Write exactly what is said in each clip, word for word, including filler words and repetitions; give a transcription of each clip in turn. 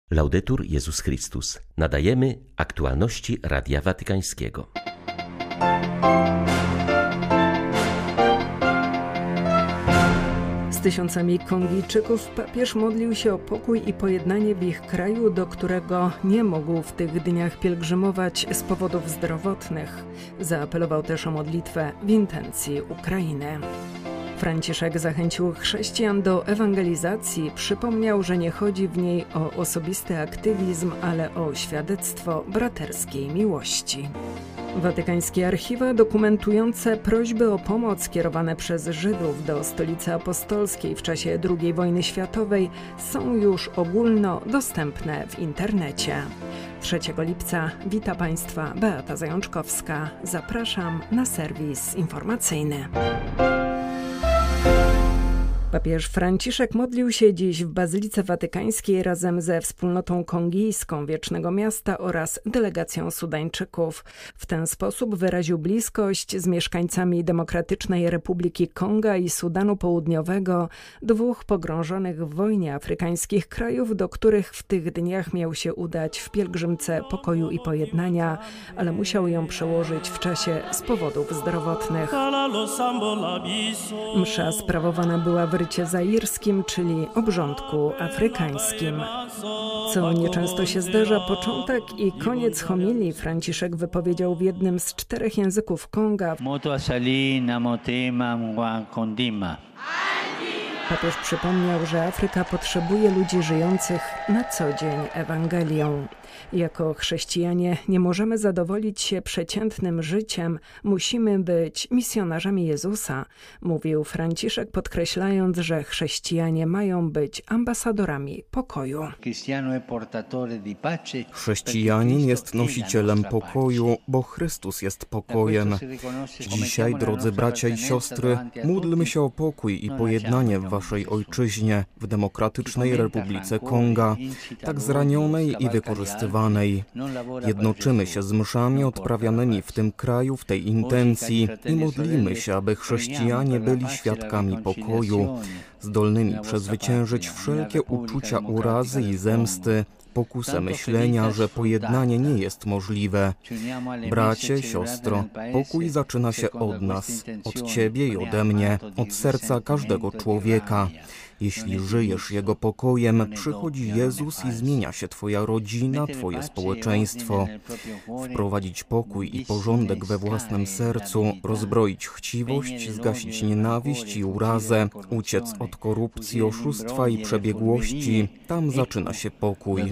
Laudetur Jezus Chrystus. Nadajemy aktualności Radia Watykańskiego. Z tysiącami Kongijczyków papież modlił się o pokój i pojednanie w ich kraju, do którego nie mógł w tych dniach pielgrzymować z powodów zdrowotnych. Zaapelował też o modlitwę w intencji Ukrainy. Franciszek zachęcił chrześcijan do ewangelizacji, przypomniał, że nie chodzi w niej o osobisty aktywizm, ale o świadectwo braterskiej miłości. Watykańskie archiwa dokumentujące prośby o pomoc kierowane przez Żydów do Stolicy Apostolskiej w czasie drugiej wojny światowej są już ogólnodostępne w internecie. trzeciego lipca wita Państwa Beata Zajączkowska. Zapraszam na serwis informacyjny. Papież Franciszek modlił się dziś w Bazylice Watykańskiej razem ze wspólnotą kongijską Wiecznego Miasta oraz delegacją Sudańczyków. W ten sposób wyraził bliskość z mieszkańcami Demokratycznej Republiki Konga i Sudanu Południowego, dwóch pogrążonych w wojnie afrykańskich krajów, do których w tych dniach miał się udać w pielgrzymce pokoju i pojednania, ale musiał ją przełożyć w czasie z powodów zdrowotnych. Msza sprawowana była w rycie zairskim, czyli obrządku afrykańskim. Co nieczęsto się zdarza, początek i koniec homilii Franciszek wypowiedział w jednym z czterech języków Konga. Papież przypomniał, że Afryka potrzebuje ludzi żyjących na co dzień Ewangelią. Jako chrześcijanie nie możemy zadowolić się przeciętnym życiem, musimy być misjonarzami Jezusa, mówił Franciszek, podkreślając, że chrześcijanie mają być ambasadorami pokoju. Chrześcijanin jest nosicielem pokoju, bo Chrystus jest pokojem. Dzisiaj, drodzy bracia i siostry, módlmy się o pokój i pojednanie w waszej ojczyźnie, w Demokratycznej Republice Konga, tak zranionej i wykorzystywanej. Jednoczymy się z mszami odprawianymi w tym kraju w tej intencji i modlimy się, aby chrześcijanie byli świadkami pokoju, zdolnymi przezwyciężyć wszelkie uczucia urazy i zemsty, pokusę myślenia, że pojednanie nie jest możliwe. Bracie, siostro, pokój zaczyna się od nas, od ciebie i ode mnie, od serca każdego człowieka. Jeśli żyjesz Jego pokojem, przychodzi Jezus i zmienia się Twoja rodzina, Twoje społeczeństwo. Wprowadzić pokój i porządek we własnym sercu, rozbroić chciwość, zgasić nienawiść i urazę, uciec od korupcji, oszustwa i przebiegłości. Tam zaczyna się pokój.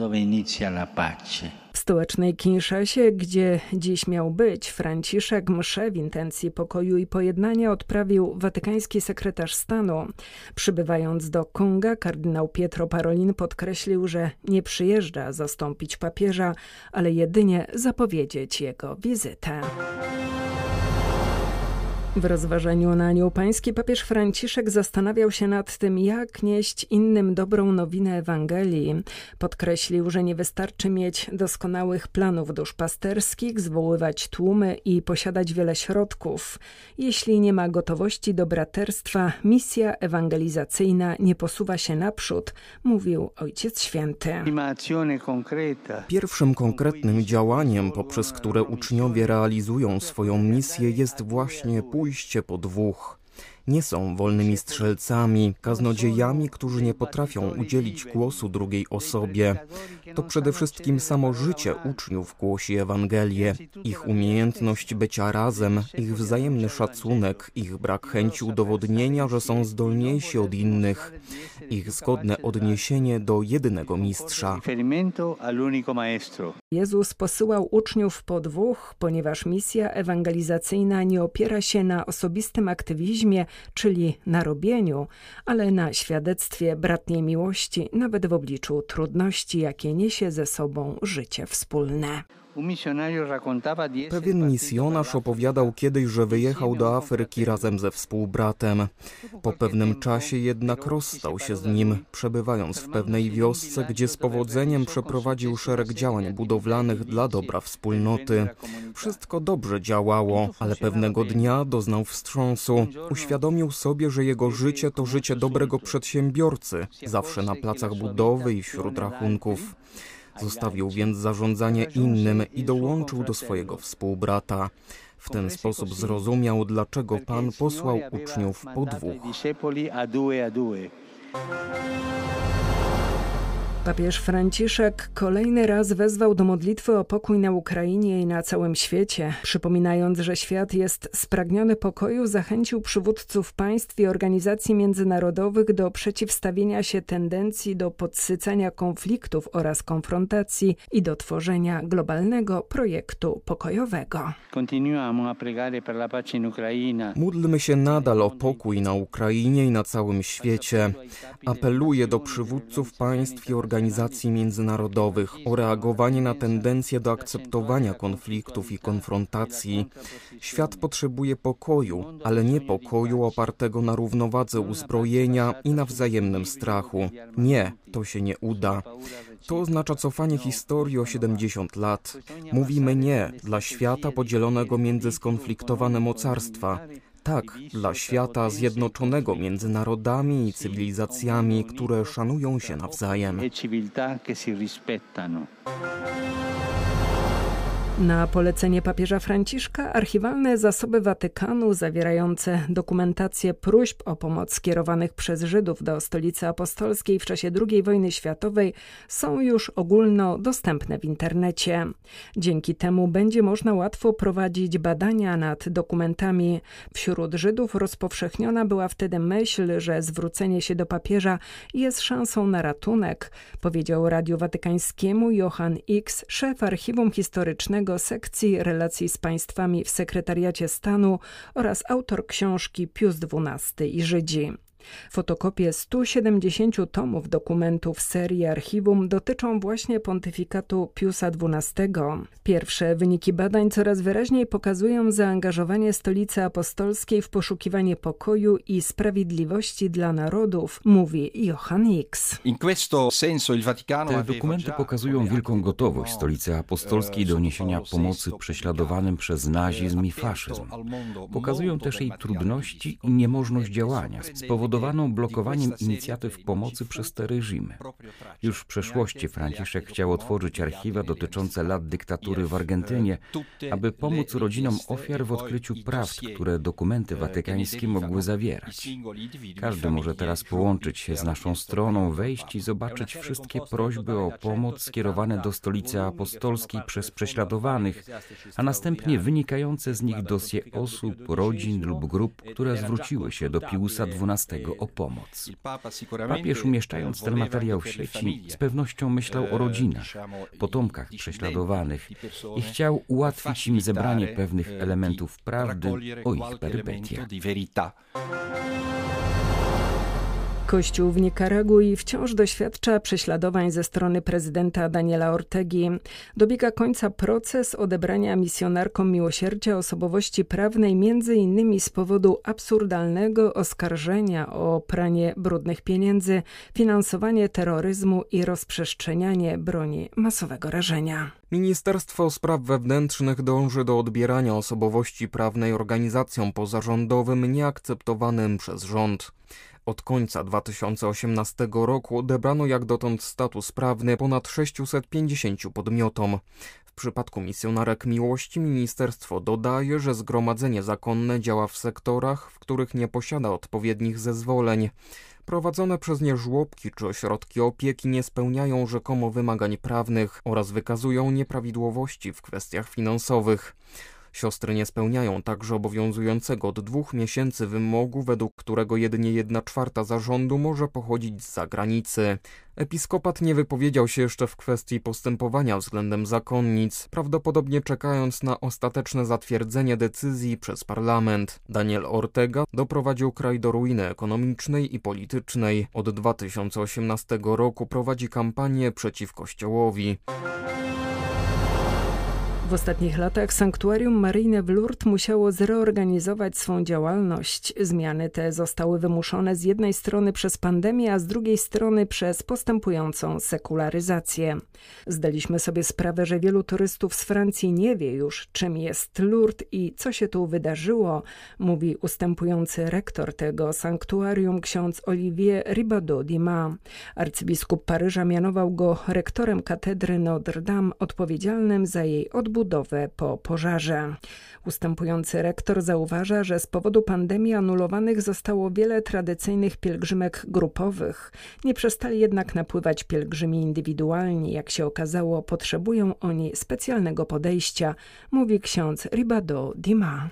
W stołecznej Kinszasie, gdzie dziś miał być Franciszek, mszę w intencji pokoju i pojednania odprawił watykański sekretarz stanu. Przybywając do Konga, kardynał Pietro Parolin podkreślił, że nie przyjeżdża zastąpić papieża, ale jedynie zapowiedzieć jego wizytę. W rozważaniu na Anioł Pański papież Franciszek zastanawiał się nad tym, jak nieść innym dobrą nowinę Ewangelii. Podkreślił, że nie wystarczy mieć doskonałych planów duszpasterskich, zwoływać tłumy i posiadać wiele środków. Jeśli nie ma gotowości do braterstwa, misja ewangelizacyjna nie posuwa się naprzód, mówił Ojciec Święty. Pierwszym konkretnym działaniem, poprzez które uczniowie realizują swoją misję, jest właśnie pójście po dwóch. Nie są wolnymi strzelcami, kaznodziejami, którzy nie potrafią udzielić głosu drugiej osobie. To przede wszystkim samo życie uczniów głosi Ewangelię. Ich umiejętność bycia razem, ich wzajemny szacunek, ich brak chęci udowodnienia, że są zdolniejsi od innych, ich zgodne odniesienie do jedynego mistrza. Jezus posyłał uczniów po dwóch, ponieważ misja ewangelizacyjna nie opiera się na osobistym aktywizmie, czyli na robieniu, ale na świadectwie bratniej miłości, nawet w obliczu trudności, jakie niesie ze sobą życie wspólne. Pewien misjonarz opowiadał kiedyś, że wyjechał do Afryki razem ze współbratem. Po pewnym czasie jednak rozstał się z nim, przebywając w pewnej wiosce, gdzie z powodzeniem przeprowadził szereg działań budowlanych dla dobra wspólnoty. Wszystko dobrze działało, ale pewnego dnia doznał wstrząsu. Uświadomił sobie, że jego życie to życie dobrego przedsiębiorcy, zawsze na placach budowy i wśród rachunków. Zostawił więc zarządzanie innym i dołączył do swojego współbrata. W ten sposób zrozumiał, dlaczego Pan posłał uczniów po dwóch. Papież Franciszek kolejny raz wezwał do modlitwy o pokój na Ukrainie i na całym świecie. Przypominając, że świat jest spragniony pokoju, zachęcił przywódców państw i organizacji międzynarodowych do przeciwstawienia się tendencji do podsycania konfliktów oraz konfrontacji i do tworzenia globalnego projektu pokojowego. Módlmy się nadal o pokój na Ukrainie i na całym świecie. Apeluję do przywódców państw i organizacji międzynarodowych o reagowanie na tendencje do akceptowania konfliktów i konfrontacji. Świat potrzebuje pokoju, ale nie pokoju opartego na równowadze uzbrojenia i na wzajemnym strachu. Nie, to się nie uda. To oznacza cofanie historii o siedemdziesiąt lat. Mówimy nie dla świata podzielonego między skonfliktowane mocarstwa. Tak, dla świata zjednoczonego między narodami i cywilizacjami, które szanują się nawzajem. Na polecenie papieża Franciszka archiwalne zasoby Watykanu zawierające dokumentację próśb o pomoc skierowanych przez Żydów do Stolicy Apostolskiej w czasie drugiej wojny światowej są już ogólnodostępne w internecie. Dzięki temu będzie można łatwo prowadzić badania nad dokumentami. Wśród Żydów rozpowszechniona była wtedy myśl, że zwrócenie się do papieża jest szansą na ratunek, powiedział Radiu Watykańskiemu Johann X, szef archiwum historycznego sekcji relacji z państwami w Sekretariacie Stanu oraz autor książki Pius dwunasty i Żydzi. Fotokopie stu siedemdziesięciu tomów dokumentów serii archiwum dotyczą właśnie pontyfikatu Piusa dwunastego. Pierwsze wyniki badań coraz wyraźniej pokazują zaangażowanie Stolicy Apostolskiej w poszukiwanie pokoju i sprawiedliwości dla narodów, mówi Johann X. Te dokumenty pokazują wielką gotowość Stolicy Apostolskiej do niesienia pomocy prześladowanym przez nazizm i faszyzm. Pokazują też jej trudności i niemożność działania spowodowaną blokowaniem inicjatyw pomocy przez te reżimy. Już w przeszłości Franciszek chciał otworzyć archiwa dotyczące lat dyktatury w Argentynie, aby pomóc rodzinom ofiar w odkryciu prawd, które dokumenty watykańskie mogły zawierać. Każdy może teraz połączyć się z naszą stroną, wejść i zobaczyć wszystkie prośby o pomoc skierowane do Stolicy Apostolskiej przez prześladowanych, a następnie wynikające z nich dosie osób, rodzin lub grup, które zwróciły się do Piusa dwunastego o pomoc. Papież, umieszczając ten materiał w sieci, z pewnością myślał o rodzinach, potomkach prześladowanych i chciał ułatwić im zebranie pewnych elementów prawdy o ich perypetiach. Kościół w Nikaragui wciąż doświadcza prześladowań ze strony prezydenta Daniela Ortegi. Dobiega końca proces odebrania misjonarkom miłosierdzia osobowości prawnej między innymi z powodu absurdalnego oskarżenia o pranie brudnych pieniędzy, finansowanie terroryzmu i rozprzestrzenianie broni masowego rażenia. Ministerstwo Spraw Wewnętrznych dąży do odbierania osobowości prawnej organizacjom pozarządowym nieakceptowanym przez rząd. Od końca dwa tysiące osiemnastego roku odebrano jak dotąd status prawny ponad sześciuset pięćdziesięciu podmiotom. W przypadku misjonarek miłości ministerstwo dodaje, że zgromadzenie zakonne działa w sektorach, w których nie posiada odpowiednich zezwoleń. Prowadzone przez nie żłobki czy ośrodki opieki nie spełniają rzekomo wymagań prawnych oraz wykazują nieprawidłowości w kwestiach finansowych. Siostry nie spełniają także obowiązującego od dwóch miesięcy wymogu, według którego jedynie jedna czwarta zarządu może pochodzić z zagranicy. Episkopat nie wypowiedział się jeszcze w kwestii postępowania względem zakonnic, prawdopodobnie czekając na ostateczne zatwierdzenie decyzji przez parlament. Daniel Ortega doprowadził kraj do ruiny ekonomicznej i politycznej. Od dwa tysiące osiemnastego roku prowadzi kampanię przeciw Kościołowi. W ostatnich latach sanktuarium maryjne w Lourdes musiało zreorganizować swą działalność. Zmiany te zostały wymuszone z jednej strony przez pandemię, a z drugiej strony przez postępującą sekularyzację. Zdaliśmy sobie sprawę, że wielu turystów z Francji nie wie już, czym jest Lourdes i co się tu wydarzyło, mówi ustępujący rektor tego sanktuarium, ksiądz Olivier Ribadeau-Dimas. Arcybiskup Paryża mianował go rektorem katedry Notre Dame, odpowiedzialnym za jej odbudowę po pożarze. Ustępujący rektor zauważa, że z powodu pandemii anulowanych zostało wiele tradycyjnych pielgrzymek grupowych. Nie przestali jednak napływać pielgrzymi indywidualni. Jak się okazało, potrzebują oni specjalnego podejścia, mówi ksiądz Ribadeau-Dimas.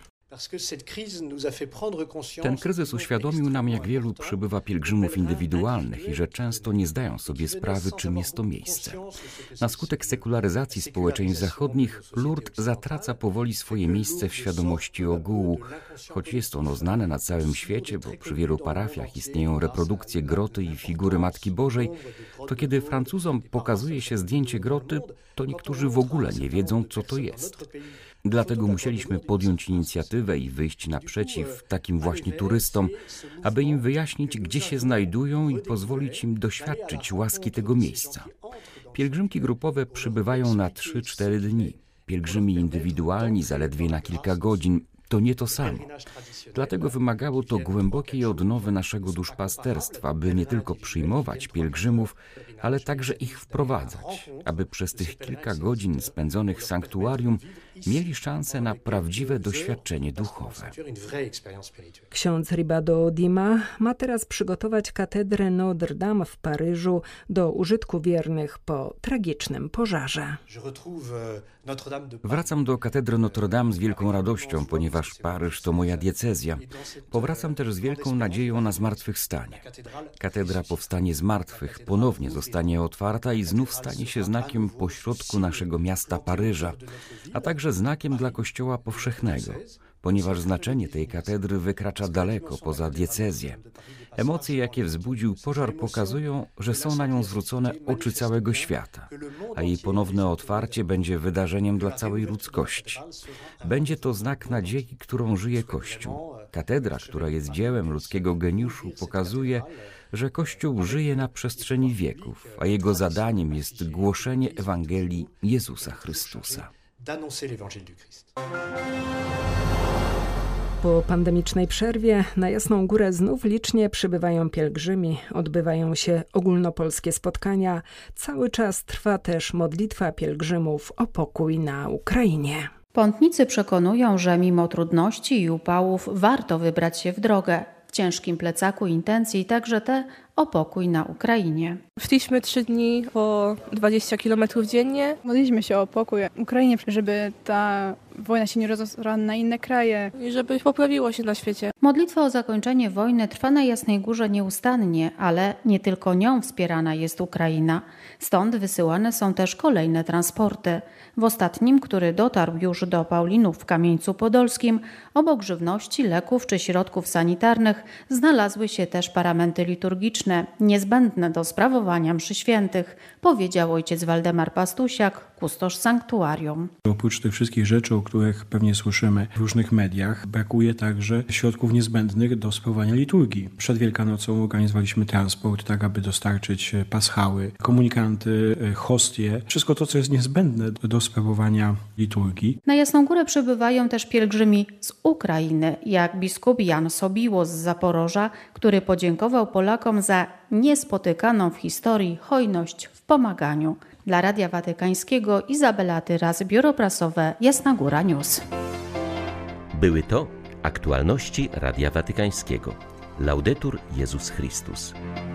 Ten kryzys uświadomił nam, jak wielu przybywa pielgrzymów indywidualnych i że często nie zdają sobie sprawy, czym jest to miejsce. Na skutek sekularyzacji społeczeństw zachodnich Lourdes zatraca powoli swoje miejsce w świadomości ogółu, choć jest ono znane na całym świecie, bo przy wielu parafiach istnieją reprodukcje groty i figury Matki Bożej, to kiedy Francuzom pokazuje się zdjęcie groty, to niektórzy w ogóle nie wiedzą, co to jest. Dlatego musieliśmy podjąć inicjatywę i wyjść naprzeciw takim właśnie turystom, aby im wyjaśnić, gdzie się znajdują i pozwolić im doświadczyć łaski tego miejsca. Pielgrzymki grupowe przybywają na trzy cztery dni. Pielgrzymi indywidualni zaledwie na kilka godzin. To nie to samo. Dlatego wymagało to głębokiej odnowy naszego duszpasterstwa, by nie tylko przyjmować pielgrzymów, ale także ich wprowadzać, aby przez tych kilka godzin spędzonych w sanktuarium mieli szansę na prawdziwe doświadczenie duchowe. Ksiądz Ribadeau-Dimas ma teraz przygotować katedrę Notre Dame w Paryżu do użytku wiernych po tragicznym pożarze. Wracam do katedry Notre Dame z wielką radością, ponieważ Paryż to moja diecezja. Powracam też z wielką nadzieją na zmartwychwstanie. Katedra powstanie z martwych, ponownie zostanie otwarta i znów stanie się znakiem pośrodku naszego miasta Paryża, a także znakiem dla Kościoła powszechnego, ponieważ znaczenie tej katedry wykracza daleko poza diecezję. Emocje, jakie wzbudził pożar, pokazują, że są na nią zwrócone oczy całego świata, a jej ponowne otwarcie będzie wydarzeniem dla całej ludzkości. Będzie to znak nadziei, którą żyje Kościół. Katedra, która jest dziełem ludzkiego geniuszu, pokazuje, że Kościół żyje na przestrzeni wieków, a jego zadaniem jest głoszenie Ewangelii Jezusa Chrystusa. Po pandemicznej przerwie na Jasną Górę znów licznie przybywają pielgrzymi, odbywają się ogólnopolskie spotkania. Cały czas trwa też modlitwa pielgrzymów o pokój na Ukrainie. Pątnicy przekonują, że mimo trudności i upałów warto wybrać się w drogę. W ciężkim plecaku intencji także te o pokój na Ukrainie. Szliśmy trzy dni po dwadzieścia kilometrów dziennie. Modliliśmy się o pokój w Ukrainie, żeby ta wojna się nie rozrosła na inne kraje. I żeby poprawiło się na świecie. Modlitwa o zakończenie wojny trwa na Jasnej Górze nieustannie, ale nie tylko nią wspierana jest Ukraina. Stąd wysyłane są też kolejne transporty. W ostatnim, który dotarł już do Paulinów w Kamieńcu Podolskim, obok żywności, leków czy środków sanitarnych znalazły się też paramenty liturgiczne, niezbędne do sprawowania mszy świętych, powiedział ojciec Waldemar Pastusiak, kustosz sanktuarium. Oprócz tych wszystkich rzeczy, o których pewnie słyszymy w różnych mediach, brakuje także środków niezbędnych do sprawowania liturgii. Przed Wielkanocą organizowaliśmy transport, tak aby dostarczyć paschały, komunikanty, hostie, wszystko to, co jest niezbędne do sprawowania liturgii. Na Jasną Górę przybywają też pielgrzymi z Ukrainy, jak biskup Jan Sobiło z Zaporoża, który podziękował Polakom za niespotykaną w historii hojność w pomaganiu. Dla Radia Watykańskiego Izabela Tyras, Biuro Prasowe Jasna Góra News. Były to aktualności Radia Watykańskiego. Laudetur Jezus Chrystus.